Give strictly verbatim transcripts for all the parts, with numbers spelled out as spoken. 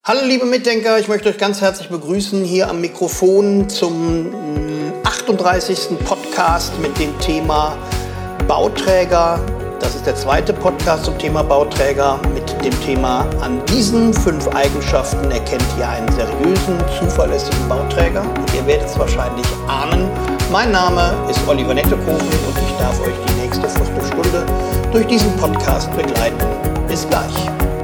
Hallo liebe Mitdenker, ich möchte euch ganz herzlich begrüßen hier am Mikrofon zum achtunddreißigsten Podcast mit dem Thema Bauträger. Das ist der zweite Podcast zum Thema Bauträger mit dem Thema: An diesen fünf Eigenschaften erkennt ihr einen seriösen, zuverlässigen Bauträger. Und ihr werdet es wahrscheinlich ahnen. Mein Name ist Oliver Nettekoven und ich darf euch die nächste Viertelstunde durch diesen Podcast begleiten. Bis gleich.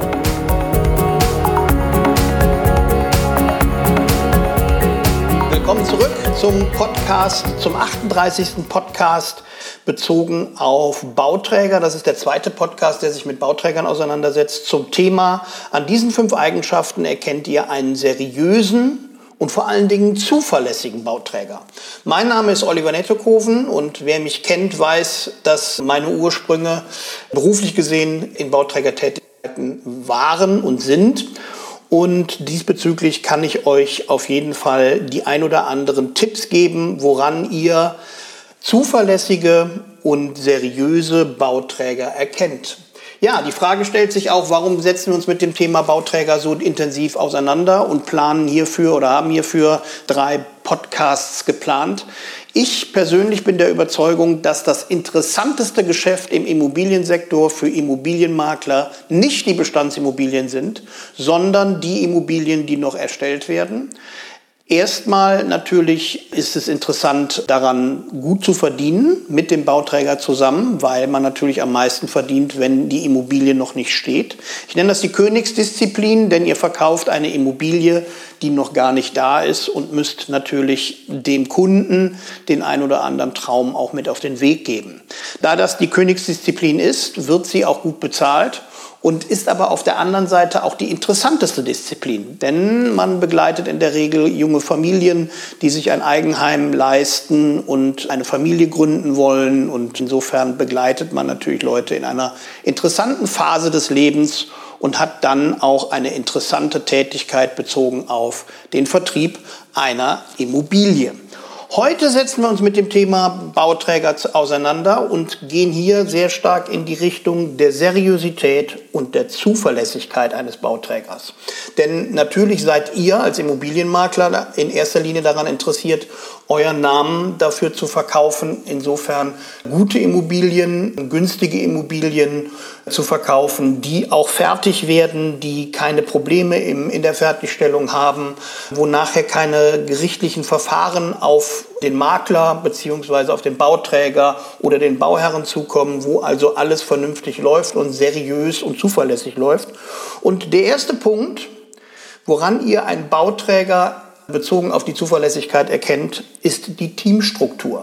Willkommen zurück zum Podcast, zum achtunddreißigsten Podcast bezogen auf Bauträger. Das ist der zweite Podcast, der sich mit Bauträgern auseinandersetzt. Zum Thema: An diesen fünf Eigenschaften erkennt ihr einen seriösen und vor allen Dingen zuverlässigen Bauträger. Mein Name ist Oliver Nettekoven und wer mich kennt, weiß, dass meine Ursprünge beruflich gesehen in Bauträgertätigkeiten waren und sind. Und diesbezüglich kann ich euch auf jeden Fall die ein oder anderen Tipps geben, woran ihr zuverlässige und seriöse Bauträger erkennt. Ja, die Frage stellt sich auch, warum setzen wir uns mit dem Thema Bauträger so intensiv auseinander und planen hierfür oder haben hierfür drei Podcasts geplant. Ich persönlich bin der Überzeugung, dass das interessanteste Geschäft im Immobiliensektor für Immobilienmakler nicht die Bestandsimmobilien sind, sondern die Immobilien, die noch erstellt werden. Erstmal natürlich ist es interessant, daran gut zu verdienen mit dem Bauträger zusammen, weil man natürlich am meisten verdient, wenn die Immobilie noch nicht steht. Ich nenne das die Königsdisziplin, denn ihr verkauft eine Immobilie, die noch gar nicht da ist, und müsst natürlich dem Kunden den ein oder anderen Traum auch mit auf den Weg geben. Da das die Königsdisziplin ist, wird sie auch gut bezahlt. Und ist aber auf der anderen Seite auch die interessanteste Disziplin. Denn man begleitet in der Regel junge Familien, die sich ein Eigenheim leisten und eine Familie gründen wollen. Und insofern begleitet man natürlich Leute in einer interessanten Phase des Lebens und hat dann auch eine interessante Tätigkeit bezogen auf den Vertrieb einer Immobilie. Heute setzen wir uns mit dem Thema Bauträger auseinander und gehen hier sehr stark in die Richtung der Seriosität und der Zuverlässigkeit eines Bauträgers. Denn natürlich seid ihr als Immobilienmakler in erster Linie daran interessiert, euren Namen dafür zu verkaufen, insofern gute Immobilien, günstige Immobilien zu verkaufen, die auch fertig werden, die keine Probleme im, in der Fertigstellung haben, wo nachher keine gerichtlichen Verfahren auf den Makler bzw. auf den Bauträger oder den Bauherren zukommen, wo also alles vernünftig läuft und seriös und zuverlässig läuft. Und der erste Punkt, woran ihr einen Bauträger bezogen auf die Zuverlässigkeit erkennt, ist die Teamstruktur.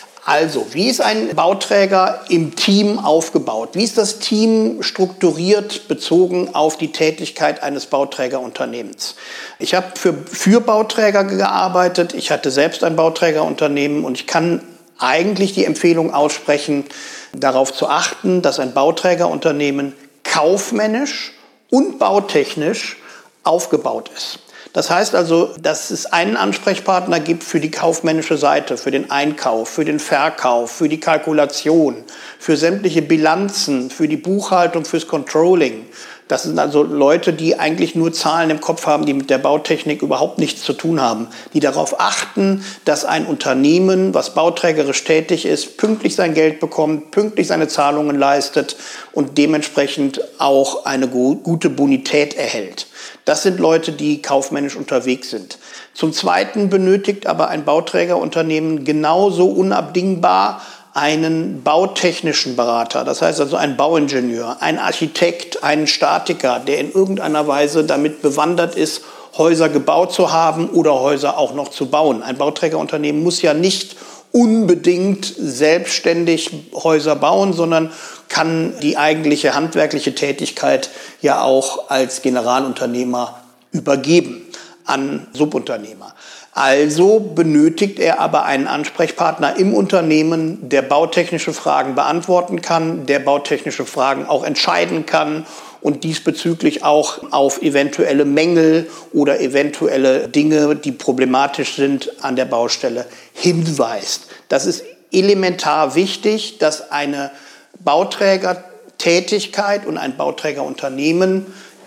Also, wie ist ein Bauträger im Team aufgebaut? Wie ist das Team strukturiert bezogen auf die Tätigkeit eines Bauträgerunternehmens? Ich habe für, für Bauträger gearbeitet, ich hatte selbst ein Bauträgerunternehmen und ich kann eigentlich die Empfehlung aussprechen, darauf zu achten, dass ein Bauträgerunternehmen kaufmännisch und bautechnisch aufgebaut ist. Das heißt also, dass es einen Ansprechpartner gibt für die kaufmännische Seite, für den Einkauf, für den Verkauf, für die Kalkulation, für sämtliche Bilanzen, für die Buchhaltung, fürs Controlling. Das sind also Leute, die eigentlich nur Zahlen im Kopf haben, die mit der Bautechnik überhaupt nichts zu tun haben, die darauf achten, dass ein Unternehmen, was bauträgerisch tätig ist, pünktlich sein Geld bekommt, pünktlich seine Zahlungen leistet und dementsprechend auch eine gute Bonität erhält. Das sind Leute, die kaufmännisch unterwegs sind. Zum Zweiten benötigt aber ein Bauträgerunternehmen genauso unabdingbar einen bautechnischen Berater, das heißt also einen Bauingenieur, einen Architekt, einen Statiker, der in irgendeiner Weise damit bewandert ist, Häuser gebaut zu haben oder Häuser auch noch zu bauen. Ein Bauträgerunternehmen muss ja nicht unbedingt selbstständig Häuser bauen, sondern kann die eigentliche handwerkliche Tätigkeit ja auch als Generalunternehmer übergeben an Subunternehmer. Also benötigt er aber einen Ansprechpartner im Unternehmen, der bautechnische Fragen beantworten kann, der bautechnische Fragen auch entscheiden kann und diesbezüglich auch auf eventuelle Mängel oder eventuelle Dinge, die problematisch sind, an der Baustelle hinweist. Das ist elementar wichtig, dass eine Bauträgertätigkeit und ein Bauträgerunternehmen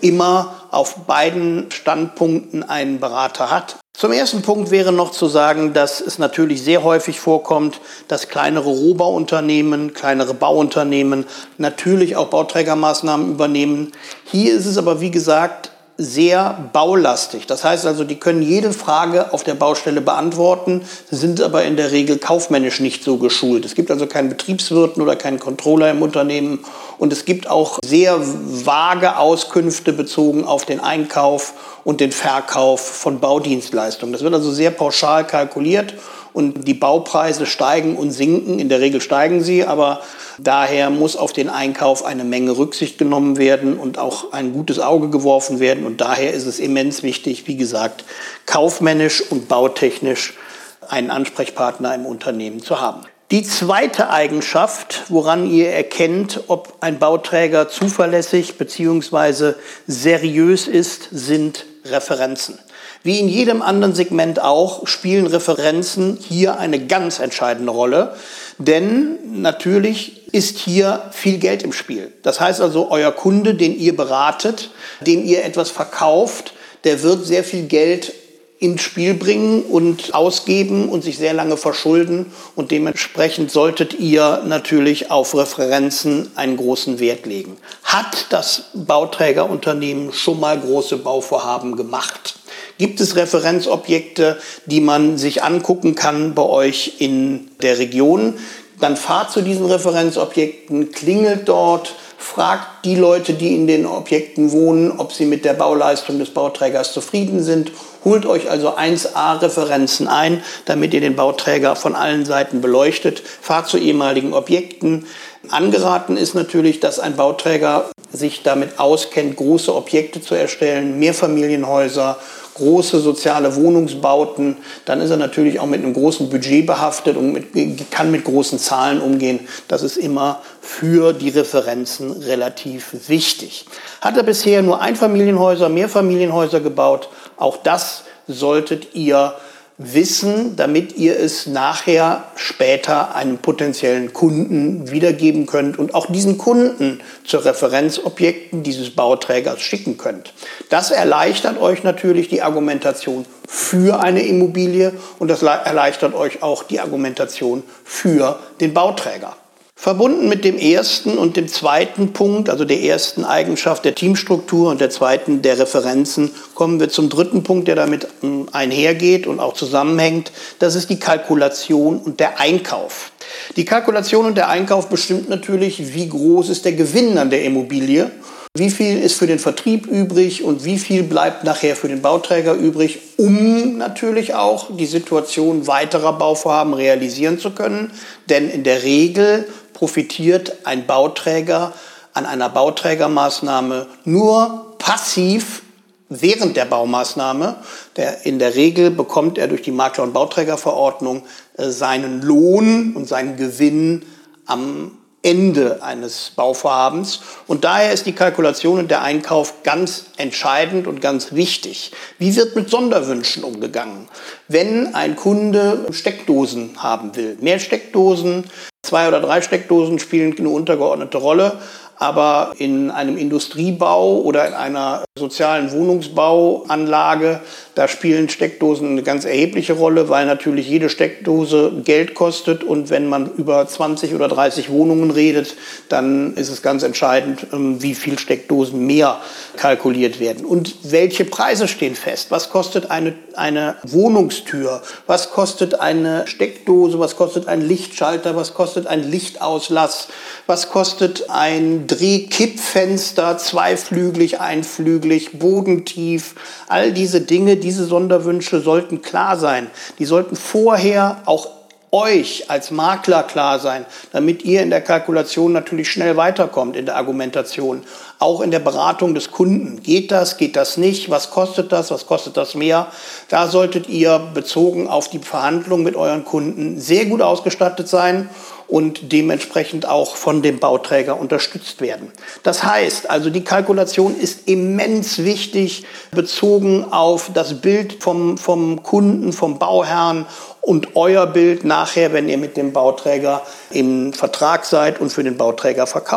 immer auf beiden Standpunkten einen Berater hat. Zum ersten Punkt wäre noch zu sagen, dass es natürlich sehr häufig vorkommt, dass kleinere Rohbauunternehmen, kleinere Bauunternehmen natürlich auch Bauträgermaßnahmen übernehmen. Hier ist es aber, wie gesagt, sehr baulastig. Das heißt also, die können jede Frage auf der Baustelle beantworten, sind aber in der Regel kaufmännisch nicht so geschult. Es gibt also keinen Betriebswirten oder keinen Controller im Unternehmen und es gibt auch sehr vage Auskünfte bezogen auf den Einkauf und den Verkauf von Baudienstleistungen. Das wird also sehr pauschal kalkuliert und die Baupreise steigen und sinken. In der Regel steigen sie, aber daher muss auf den Einkauf eine Menge Rücksicht genommen werden und auch ein gutes Auge geworfen werden. Und daher ist es immens wichtig, wie gesagt, kaufmännisch und bautechnisch einen Ansprechpartner im Unternehmen zu haben. Die zweite Eigenschaft, woran ihr erkennt, ob ein Bauträger zuverlässig bzw. seriös ist, sind Referenzen. Wie in jedem anderen Segment auch, spielen Referenzen hier eine ganz entscheidende Rolle. Denn natürlich ist hier viel Geld im Spiel. Das heißt also, euer Kunde, den ihr beratet, dem ihr etwas verkauft, der wird sehr viel Geld ins Spiel bringen und ausgeben und sich sehr lange verschulden. Und dementsprechend solltet ihr natürlich auf Referenzen einen großen Wert legen. Hat das Bauträgerunternehmen schon mal große Bauvorhaben gemacht? Gibt es Referenzobjekte, die man sich angucken kann bei euch in der Region? Dann fahrt zu diesen Referenzobjekten, klingelt dort, fragt die Leute, die in den Objekten wohnen, ob sie mit der Bauleistung des Bauträgers zufrieden sind. Holt euch also eins A Referenzen ein, damit ihr den Bauträger von allen Seiten beleuchtet. Fahrt zu ehemaligen Objekten. Angeraten ist natürlich, dass ein Bauträger sich damit auskennt, große Objekte zu erstellen, Mehrfamilienhäuser, große soziale Wohnungsbauten. Dann ist er natürlich auch mit einem großen Budget behaftet und mit, kann mit großen Zahlen umgehen. Das ist immer für die Referenzen relativ wichtig. Hat er bisher nur Einfamilienhäuser, Mehrfamilienhäuser gebaut? Auch das solltet ihr wissen, damit ihr es nachher später einem potenziellen Kunden wiedergeben könnt und auch diesen Kunden zu Referenzobjekten dieses Bauträgers schicken könnt. Das erleichtert euch natürlich die Argumentation für eine Immobilie und das erleichtert euch auch die Argumentation für den Bauträger. Verbunden mit dem ersten und dem zweiten Punkt, also der ersten Eigenschaft der Teamstruktur und der zweiten der Referenzen, kommen wir zum dritten Punkt, der damit einhergeht und auch zusammenhängt. Das ist die Kalkulation und der Einkauf. Die Kalkulation und der Einkauf bestimmt natürlich, wie groß ist der Gewinn an der Immobilie, wie viel ist für den Vertrieb übrig und wie viel bleibt nachher für den Bauträger übrig, um natürlich auch die Situation weiterer Bauvorhaben realisieren zu können. Denn in der Regel profitiert ein Bauträger an einer Bauträgermaßnahme nur passiv während der Baumaßnahme. Der, in der Regel bekommt er durch die Makler- und Bauträgerverordnung äh, seinen Lohn und seinen Gewinn am Ende eines Bauvorhabens. Und daher ist die Kalkulation und der Einkauf ganz entscheidend und ganz wichtig. Wie wird mit Sonderwünschen umgegangen? Wenn ein Kunde Steckdosen haben will, mehr Steckdosen, zwei oder drei Steckdosen spielen eine untergeordnete Rolle, aber in einem Industriebau oder in einer sozialen Wohnungsbauanlage, da spielen Steckdosen eine ganz erhebliche Rolle, weil natürlich jede Steckdose Geld kostet und wenn man über zwanzig oder dreißig Wohnungen redet, dann ist es ganz entscheidend, wie viel Steckdosen mehr kalkuliert werden. Und welche Preise stehen fest? Was kostet eine, eine Wohnungstür? Was kostet eine Steckdose? Was kostet ein Lichtschalter? Was kostet ein Lichtauslass? Was kostet ein Drehkippfenster, zweiflügelig, einflügelig, bodentief? All diese Dinge, diese Sonderwünsche sollten klar sein. Die sollten vorher auch euch als Makler klar sein, damit ihr in der Kalkulation natürlich schnell weiterkommt in der Argumentation. Auch in der Beratung des Kunden. Geht das, geht das nicht? Was kostet das? Was kostet das mehr? Da solltet ihr bezogen auf die Verhandlungen mit euren Kunden sehr gut ausgestattet sein und dementsprechend auch von dem Bauträger unterstützt werden. Das heißt, also die Kalkulation ist immens wichtig, bezogen auf das Bild vom, vom Kunden, vom Bauherrn und euer Bild nachher, wenn ihr mit dem Bauträger im Vertrag seid und für den Bauträger verkauft.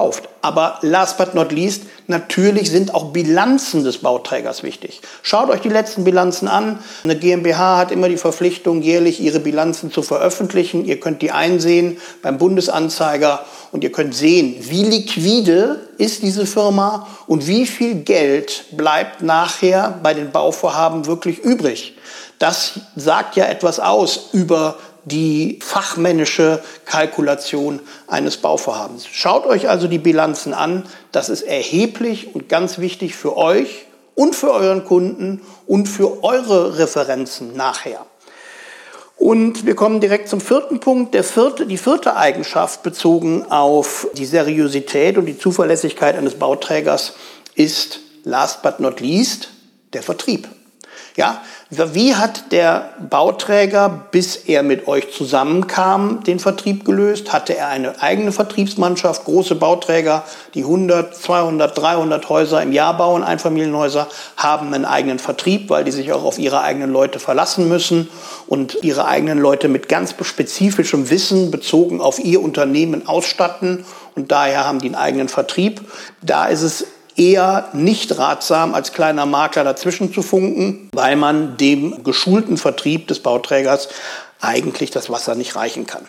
Aber last but not least, natürlich sind auch Bilanzen des Bauträgers wichtig. Schaut euch die letzten Bilanzen an. Eine GmbH hat immer die Verpflichtung, jährlich ihre Bilanzen zu veröffentlichen. Ihr könnt die einsehen beim Bundesanzeiger und ihr könnt sehen, wie liquide ist diese Firma und wie viel Geld bleibt nachher bei den Bauvorhaben wirklich übrig. Das sagt ja etwas aus über die fachmännische Kalkulation eines Bauvorhabens. Schaut euch also die Bilanzen an. Das ist erheblich und ganz wichtig für euch und für euren Kunden und für eure Referenzen nachher. Und wir kommen direkt zum vierten Punkt. Der vierte, die vierte Eigenschaft bezogen auf die Seriosität und die Zuverlässigkeit eines Bauträgers ist, last but not least, der Vertrieb. Ja, wie hat der Bauträger, bis er mit euch zusammenkam, den Vertrieb gelöst? Hatte er eine eigene Vertriebsmannschaft? Große Bauträger, die hundert, zweihundert, dreihundert Häuser im Jahr bauen, Einfamilienhäuser, haben einen eigenen Vertrieb, weil die sich auch auf ihre eigenen Leute verlassen müssen und ihre eigenen Leute mit ganz spezifischem Wissen bezogen auf ihr Unternehmen ausstatten. Und daher haben die einen eigenen Vertrieb. Da ist es eher nicht ratsam, als kleiner Makler dazwischen zu funken, weil man dem geschulten Vertrieb des Bauträgers eigentlich das Wasser nicht reichen kann.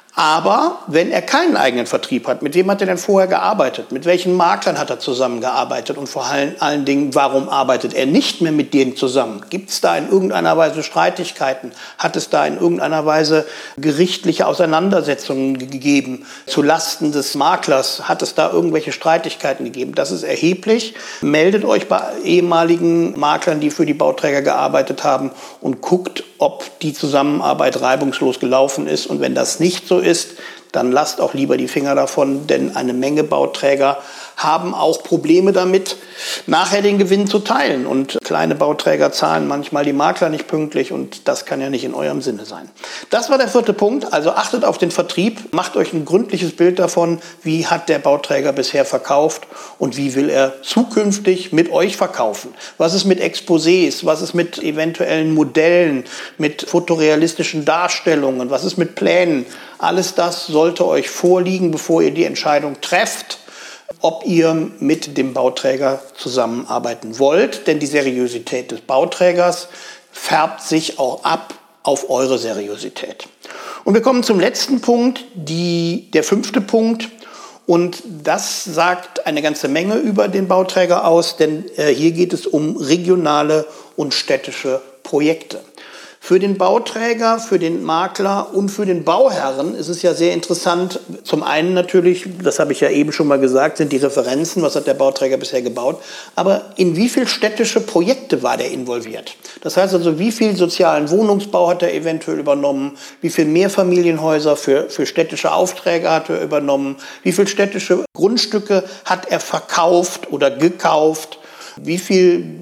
Aber wenn er keinen eigenen Vertrieb hat, mit wem hat er denn vorher gearbeitet? Mit welchen Maklern hat er zusammengearbeitet? Und vor allen Dingen, warum arbeitet er nicht mehr mit denen zusammen? Gibt es da in irgendeiner Weise Streitigkeiten? Hat es da in irgendeiner Weise gerichtliche Auseinandersetzungen gegeben zu Lasten des Maklers? Hat es da irgendwelche Streitigkeiten gegeben? Das ist erheblich. Meldet euch bei ehemaligen Maklern, die für die Bauträger gearbeitet haben, und guckt, ob die Zusammenarbeit reibungslos gelaufen ist. Und wenn das nicht so ist, dann lasst auch lieber die Finger davon, denn eine Menge Bauträger haben auch Probleme damit, nachher den Gewinn zu teilen. Und kleine Bauträger zahlen manchmal die Makler nicht pünktlich und das kann ja nicht in eurem Sinne sein. Das war der vierte Punkt. Also achtet auf den Vertrieb, macht euch ein gründliches Bild davon, wie hat der Bauträger bisher verkauft und wie will er zukünftig mit euch verkaufen. Was ist mit Exposés, was ist mit eventuellen Modellen, mit fotorealistischen Darstellungen, was ist mit Plänen. Alles das sollte euch vorliegen, bevor ihr die Entscheidung trefft, ob ihr mit dem Bauträger zusammenarbeiten wollt. Denn die Seriosität des Bauträgers färbt sich auch ab auf eure Seriosität. Und wir kommen zum letzten Punkt, die, der fünfte Punkt. Und das sagt eine ganze Menge über den Bauträger aus, denn äh, hier geht es um regionale und städtische Projekte. Für den Bauträger, für den Makler und für den Bauherren ist es ja sehr interessant. Zum einen natürlich, das habe ich ja eben schon mal gesagt, sind die Referenzen, was hat der Bauträger bisher gebaut. Aber in wie viele städtische Projekte war der involviert? Das heißt also, wie viel sozialen Wohnungsbau hat er eventuell übernommen? Wie viel Mehrfamilienhäuser für, für städtische Aufträge hat er übernommen? Wie viele städtische Grundstücke hat er verkauft oder gekauft? Wie viel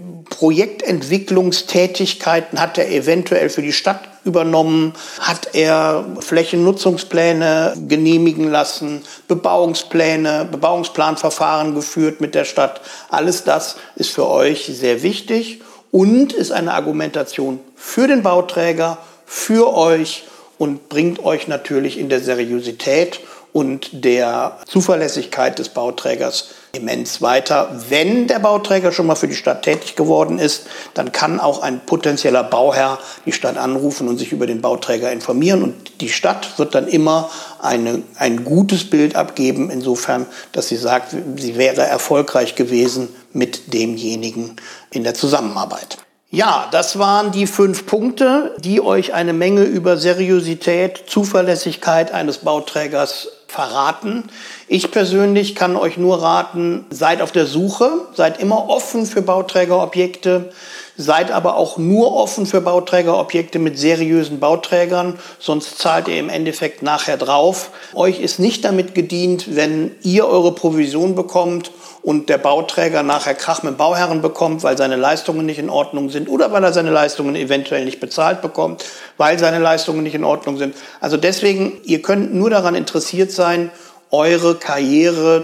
Projektentwicklungstätigkeiten hat er eventuell für die Stadt übernommen? Hat er Flächennutzungspläne genehmigen lassen, Bebauungspläne, Bebauungsplanverfahren geführt mit der Stadt? Alles das ist für euch sehr wichtig und ist eine Argumentation für den Bauträger, für euch und bringt euch natürlich in der Seriosität und der Zuverlässigkeit des Bauträgers immens weiter. Wenn der Bauträger schon mal für die Stadt tätig geworden ist, dann kann auch ein potenzieller Bauherr die Stadt anrufen und sich über den Bauträger informieren. Und die Stadt wird dann immer eine, ein gutes Bild abgeben, insofern, dass sie sagt, sie wäre erfolgreich gewesen mit demjenigen in der Zusammenarbeit. Ja, das waren die fünf Punkte, die euch eine Menge über Seriosität, Zuverlässigkeit eines Bauträgers verraten. Ich persönlich kann euch nur raten, seid auf der Suche, seid immer offen für Bauträgerobjekte, seid aber auch nur offen für Bauträgerobjekte mit seriösen Bauträgern, sonst zahlt ihr im Endeffekt nachher drauf. Euch ist nicht damit gedient, wenn ihr eure Provision bekommt und der Bauträger nachher Krach mit dem Bauherren bekommt, weil seine Leistungen nicht in Ordnung sind oder weil er seine Leistungen eventuell nicht bezahlt bekommt, weil seine Leistungen nicht in Ordnung sind. Also deswegen, ihr könnt nur daran interessiert sein, eure Karriere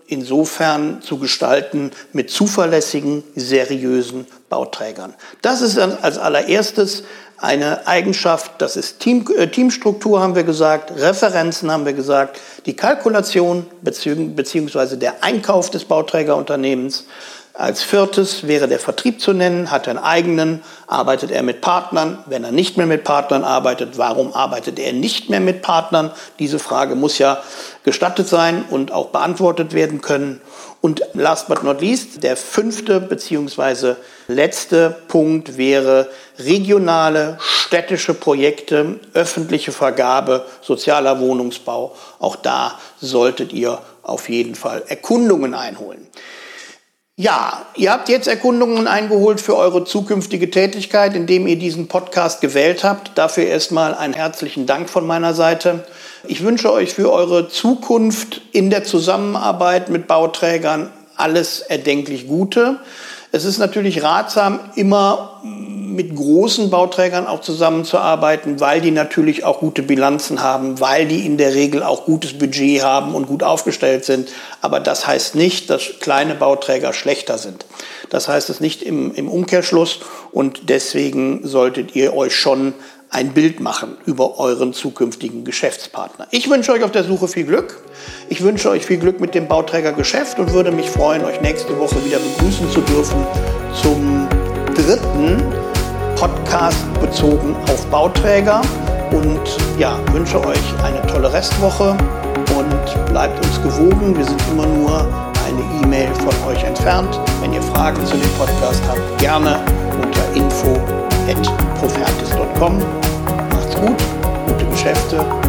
insofern zu gestalten mit zuverlässigen, seriösen Bauträgern. Das ist dann als allererstes eine Eigenschaft, das ist Team, äh, Teamstruktur, haben wir gesagt, Referenzen haben wir gesagt, die Kalkulation bezieh- beziehungsweise der Einkauf des Bauträgerunternehmens. Als viertes wäre der Vertrieb zu nennen, hat er einen eigenen, arbeitet er mit Partnern. Wenn er nicht mehr mit Partnern arbeitet, warum arbeitet er nicht mehr mit Partnern? Diese Frage muss ja gestattet sein und auch beantwortet werden können. Und last but not least, der fünfte bzw. letzte Punkt wäre regionale, städtische Projekte, öffentliche Vergabe, sozialer Wohnungsbau. Auch da solltet ihr auf jeden Fall Erkundungen einholen. Ja, ihr habt jetzt Erkundungen eingeholt für eure zukünftige Tätigkeit, indem ihr diesen Podcast gewählt habt. Dafür erstmal einen herzlichen Dank von meiner Seite. Ich wünsche euch für eure Zukunft in der Zusammenarbeit mit Bauträgern alles erdenklich Gute. Es ist natürlich ratsam, immer mit großen Bauträgern auch zusammenzuarbeiten, weil die natürlich auch gute Bilanzen haben, weil die in der Regel auch gutes Budget haben und gut aufgestellt sind. Aber das heißt nicht, dass kleine Bauträger schlechter sind. Das heißt es nicht im, im Umkehrschluss und deswegen solltet ihr euch schon ein Bild machen über euren zukünftigen Geschäftspartner. Ich wünsche euch auf der Suche viel Glück. Ich wünsche euch viel Glück mit dem Bauträgergeschäft und würde mich freuen, euch nächste Woche wieder begrüßen zu dürfen zum dritten Podcast bezogen auf Bauträger. Und ja, wünsche euch eine tolle Restwoche und bleibt uns gewogen. Wir sind immer nur eine E-Mail von euch entfernt. Wenn ihr Fragen zu dem Podcast habt, gerne unter info at profertis punkt com. Macht's gut, gute Geschäfte.